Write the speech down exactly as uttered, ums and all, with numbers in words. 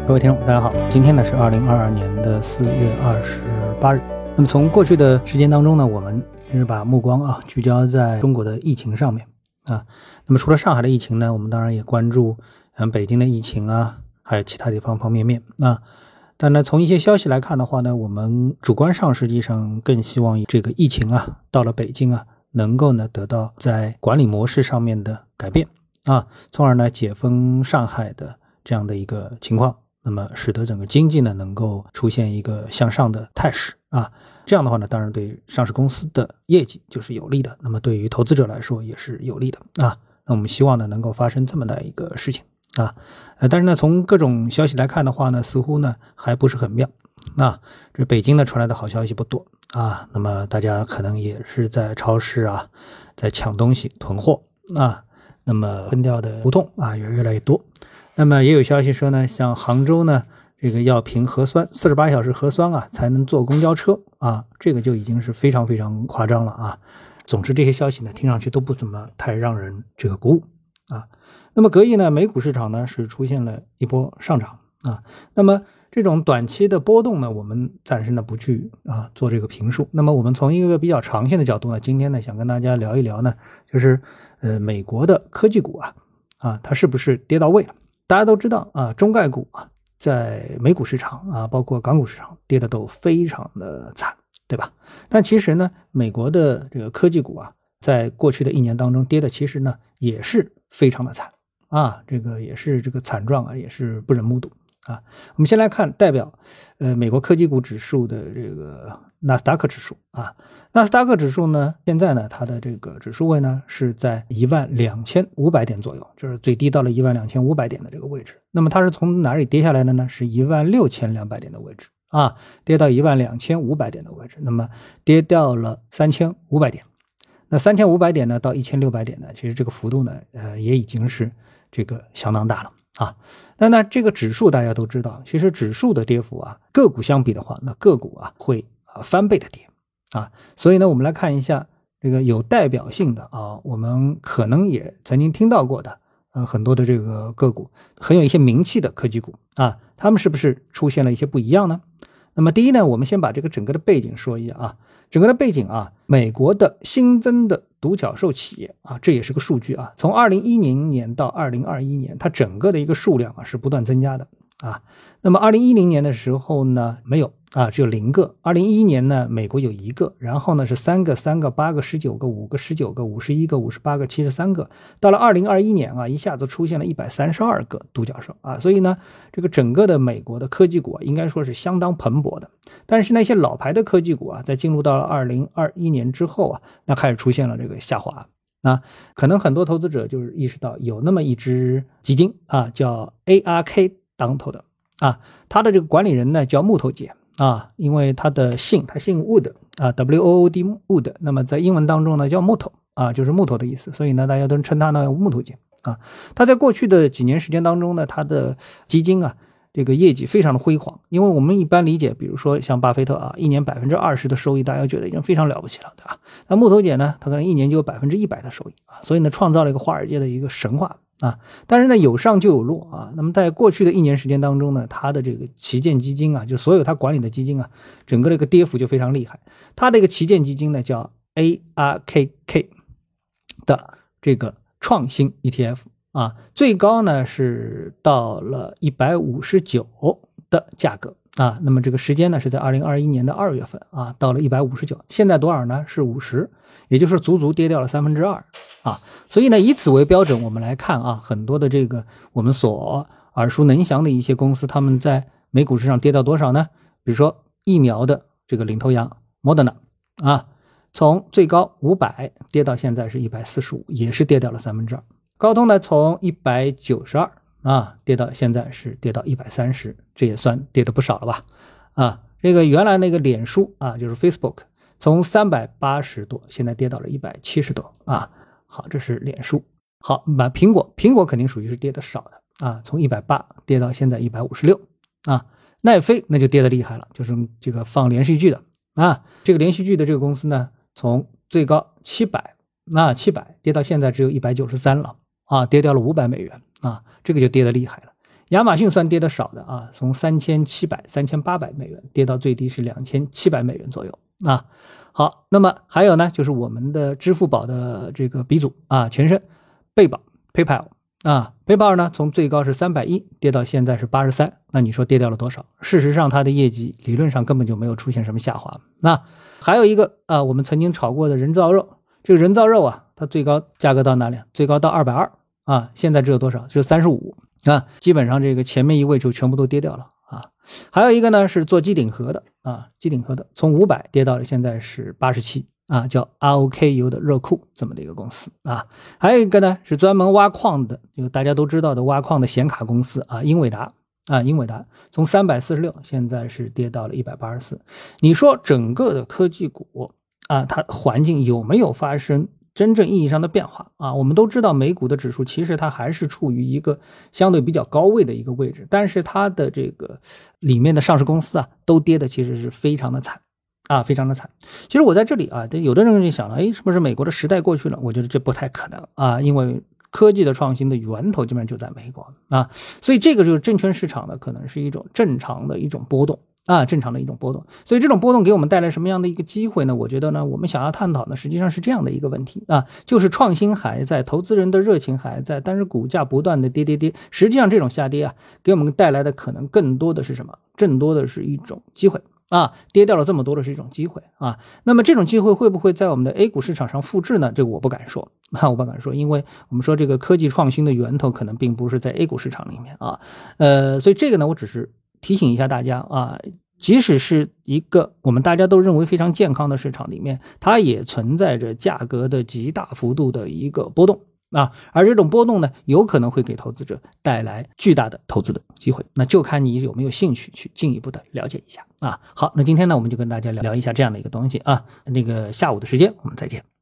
各位听众大家好，今天呢是二零二二年的四月二十八日。那么从过去的时间当中呢，我们是把目光啊聚焦在中国的疫情上面啊。那么除了上海的疫情呢，我们当然也关注嗯北京的疫情啊，还有其他地方方面面啊。但呢从一些消息来看的话呢，我们主观上实际上更希望这个疫情啊到了北京啊能够呢得到在管理模式上面的改变啊，从而呢解封上海的这样的一个情况，那么使得整个经济呢能够出现一个向上的态势啊，这样的话呢当然对上市公司的业绩就是有利的，那么对于投资者来说也是有利的啊。那我们希望呢能够发生这么的一个事情啊，呃，但是呢从各种消息来看的话呢，似乎呢还不是很妙啊。这北京呢传来的好消息不多啊，那么大家可能也是在超市啊在抢东西囤货啊，那么分掉的胡同啊也越来越多。那么也有消息说呢，像杭州呢这个要凭核酸四十八小时核酸啊才能坐公交车啊，这个就已经是非常非常夸张了啊。总之这些消息呢听上去都不怎么太让人这个鼓舞啊。那么隔夜呢美股市场呢是出现了一波上涨啊，那么这种短期的波动呢我们暂时呢不去啊做这个评述。那么我们从一个比较长线的角度呢，今天呢想跟大家聊一聊呢，就是呃美国的科技股啊啊它是不是跌到位了。大家都知道啊，中概股啊在美股市场啊包括港股市场跌的都非常的惨，对吧？但其实呢美国的这个科技股啊在过去的一年当中跌的其实呢也是非常的惨啊，这个也是这个惨状啊，也是不忍目睹啊。我们先来看代表呃美国科技股指数的这个纳斯达克指数啊，纳斯达克指数呢现在呢它的这个指数位呢是在一万两千五百点左右，就是最低到了一万两千五百点的这个位置。那么它是从哪里跌下来的呢？是一万六千两百点的位置啊，跌到一万两千五百点的位置，那么跌掉了三千五百点。那三千五百点呢到一千六百点呢，其实这个幅度呢呃也已经是这个相当大了啊。那那这个指数大家都知道，其实指数的跌幅啊，个股相比的话，那个股啊会啊翻倍的跌啊。所以呢我们来看一下这个有代表性的啊，我们可能也曾经听到过的呃很多的这个个股，很有一些名气的科技股啊，他们是不是出现了一些不一样呢？那么第一呢，我们先把这个整个的背景说一下啊。整个的背景啊，美国的新增的独角兽企业啊，这也是个数据啊，从二零一零年到二零二一年，它整个的一个数量啊是不断增加的啊。那么二零一零年的时候呢没有啊，只有零个。二零一一年呢美国有一个，然后呢是三个、三个、八个、十九个、五个、十九个、五十一个、五十八个、七十三个。到了二零二一年啊，一下子出现了一百三十二个独角兽啊，所以呢这个整个的美国的科技股啊应该说是相当蓬勃的。但是那些老牌的科技股啊，在进入到了二零二一年之后啊，那开始出现了这个下滑。那可能很多投资者就是意识到有那么一只基金啊，叫 A R K 当头的啊，他的这个管理人呢叫木头姐啊，因为他的姓他姓 Wood 啊 W O O D Wood， 那么在英文当中呢叫木头啊，就是木头的意思，所以呢大家都称他呢木头姐啊。他在过去的几年时间当中呢，他的基金啊这个业绩非常的辉煌，因为我们一般理解，比如说像巴菲特啊，一年百分之二十的收益，大家觉得已经非常了不起了，对吧？那木头姐呢，他可能一年就有百分之一百的收益啊，所以呢，创造了一个华尔街的一个神话啊。但是呢，有上就有落啊。那么在过去的一年时间当中呢，他的这个旗舰基金啊，就所有他管理的基金啊，整个这个跌幅就非常厉害。他的一个旗舰基金呢，叫 A R K K 的这个创新 E T F。啊，最高呢是到了一百五十九的价格啊，那么这个时间呢是在二零二一年的二月份啊，到了一百五十九，现在多少呢？是五十，也就是足足跌掉了三分之二啊。所以呢，以此为标准，我们来看啊，很多的这个我们所耳熟能详的一些公司，他们在美股市场跌到多少呢？比如说疫苗的这个领头羊 Moderna 啊，从最高五百跌到现在是一百四十五，也是跌掉了三分之二。高通呢从一百九十二啊跌到现在是跌到一百三十，这也算跌的不少了吧啊。这个原来那个脸书啊就是 Facebook 从三百八十多现在跌到了一百七十多啊。好，这是脸书。好，把苹果苹果肯定属于是跌的少的啊，从一百八跌到现在一百五十六啊。奈飞那就跌的厉害了，就是这个放连续剧的啊，这个连续剧的这个公司呢从最高七百那七百跌到现在只有一百九十三了啊，跌掉了五百美元啊，这个就跌得厉害了。 亚马逊算跌得少的啊，从三千七百、三千八百美元跌到最低是两千七百美元左右啊。好，那么还有呢，就是我们的支付宝的这个鼻祖啊，前身贝宝 PayPal 啊 ，PayPal 呢从最高是三百一跌到现在是八十三，那你说跌掉了多少？事实上，它的业绩理论上根本就没有出现什么下滑。那还有一个啊，我们曾经炒过的人造肉，这个人造肉啊，它最高价格到哪里？最高到二百二啊，现在只有多少？只有三十五啊，基本上这个前面一位就全部都跌掉了啊。还有一个呢是做机顶盒的啊，机顶盒的从五百跌到了现在是八十七啊，叫 R O K U 的热库这么的一个公司啊。还有一个呢是专门挖矿的，就大家都知道的挖矿的显卡公司啊，英伟达啊，英伟达从三百四十六现在是跌到了一百八十四。你说整个的科技股啊，它环境有没有发生真正意义上的变化啊？我们都知道美股的指数其实它还是处于一个相对比较高位的一个位置，但是它的这个里面的上市公司啊，都跌的其实是非常的惨啊，非常的惨。其实我在这里啊，有的人就想了，哎，是不是美国的时代过去了？我觉得这不太可能啊，因为科技的创新的源头基本上就在美国啊，所以这个就是证券市场的可能是一种正常的一种波动啊，正常的一种波动。所以这种波动给我们带来什么样的一个机会呢？我觉得呢，我们想要探讨呢，实际上是这样的一个问题啊，就是创新还在，投资人的热情还在，但是股价不断的跌跌跌，实际上这种下跌啊，给我们带来的可能更多的是什么？更多的是一种机会。啊，跌掉了这么多的是一种机会啊，那么这种机会会不会在我们的 A 股市场上复制呢？这个我不敢说啊，我不敢说，因为我们说这个科技创新的源头可能并不是在 A 股市场里面啊，呃，所以这个呢，我只是提醒一下大家啊，即使是一个我们大家都认为非常健康的市场里面，它也存在着价格的极大幅度的一个波动。啊，而这种波动呢，有可能会给投资者带来巨大的投资的机会，那就看你有没有兴趣去进一步的了解一下啊。好，那今天呢，我们就跟大家聊一下这样的一个东西啊。那个下午的时间我们再见。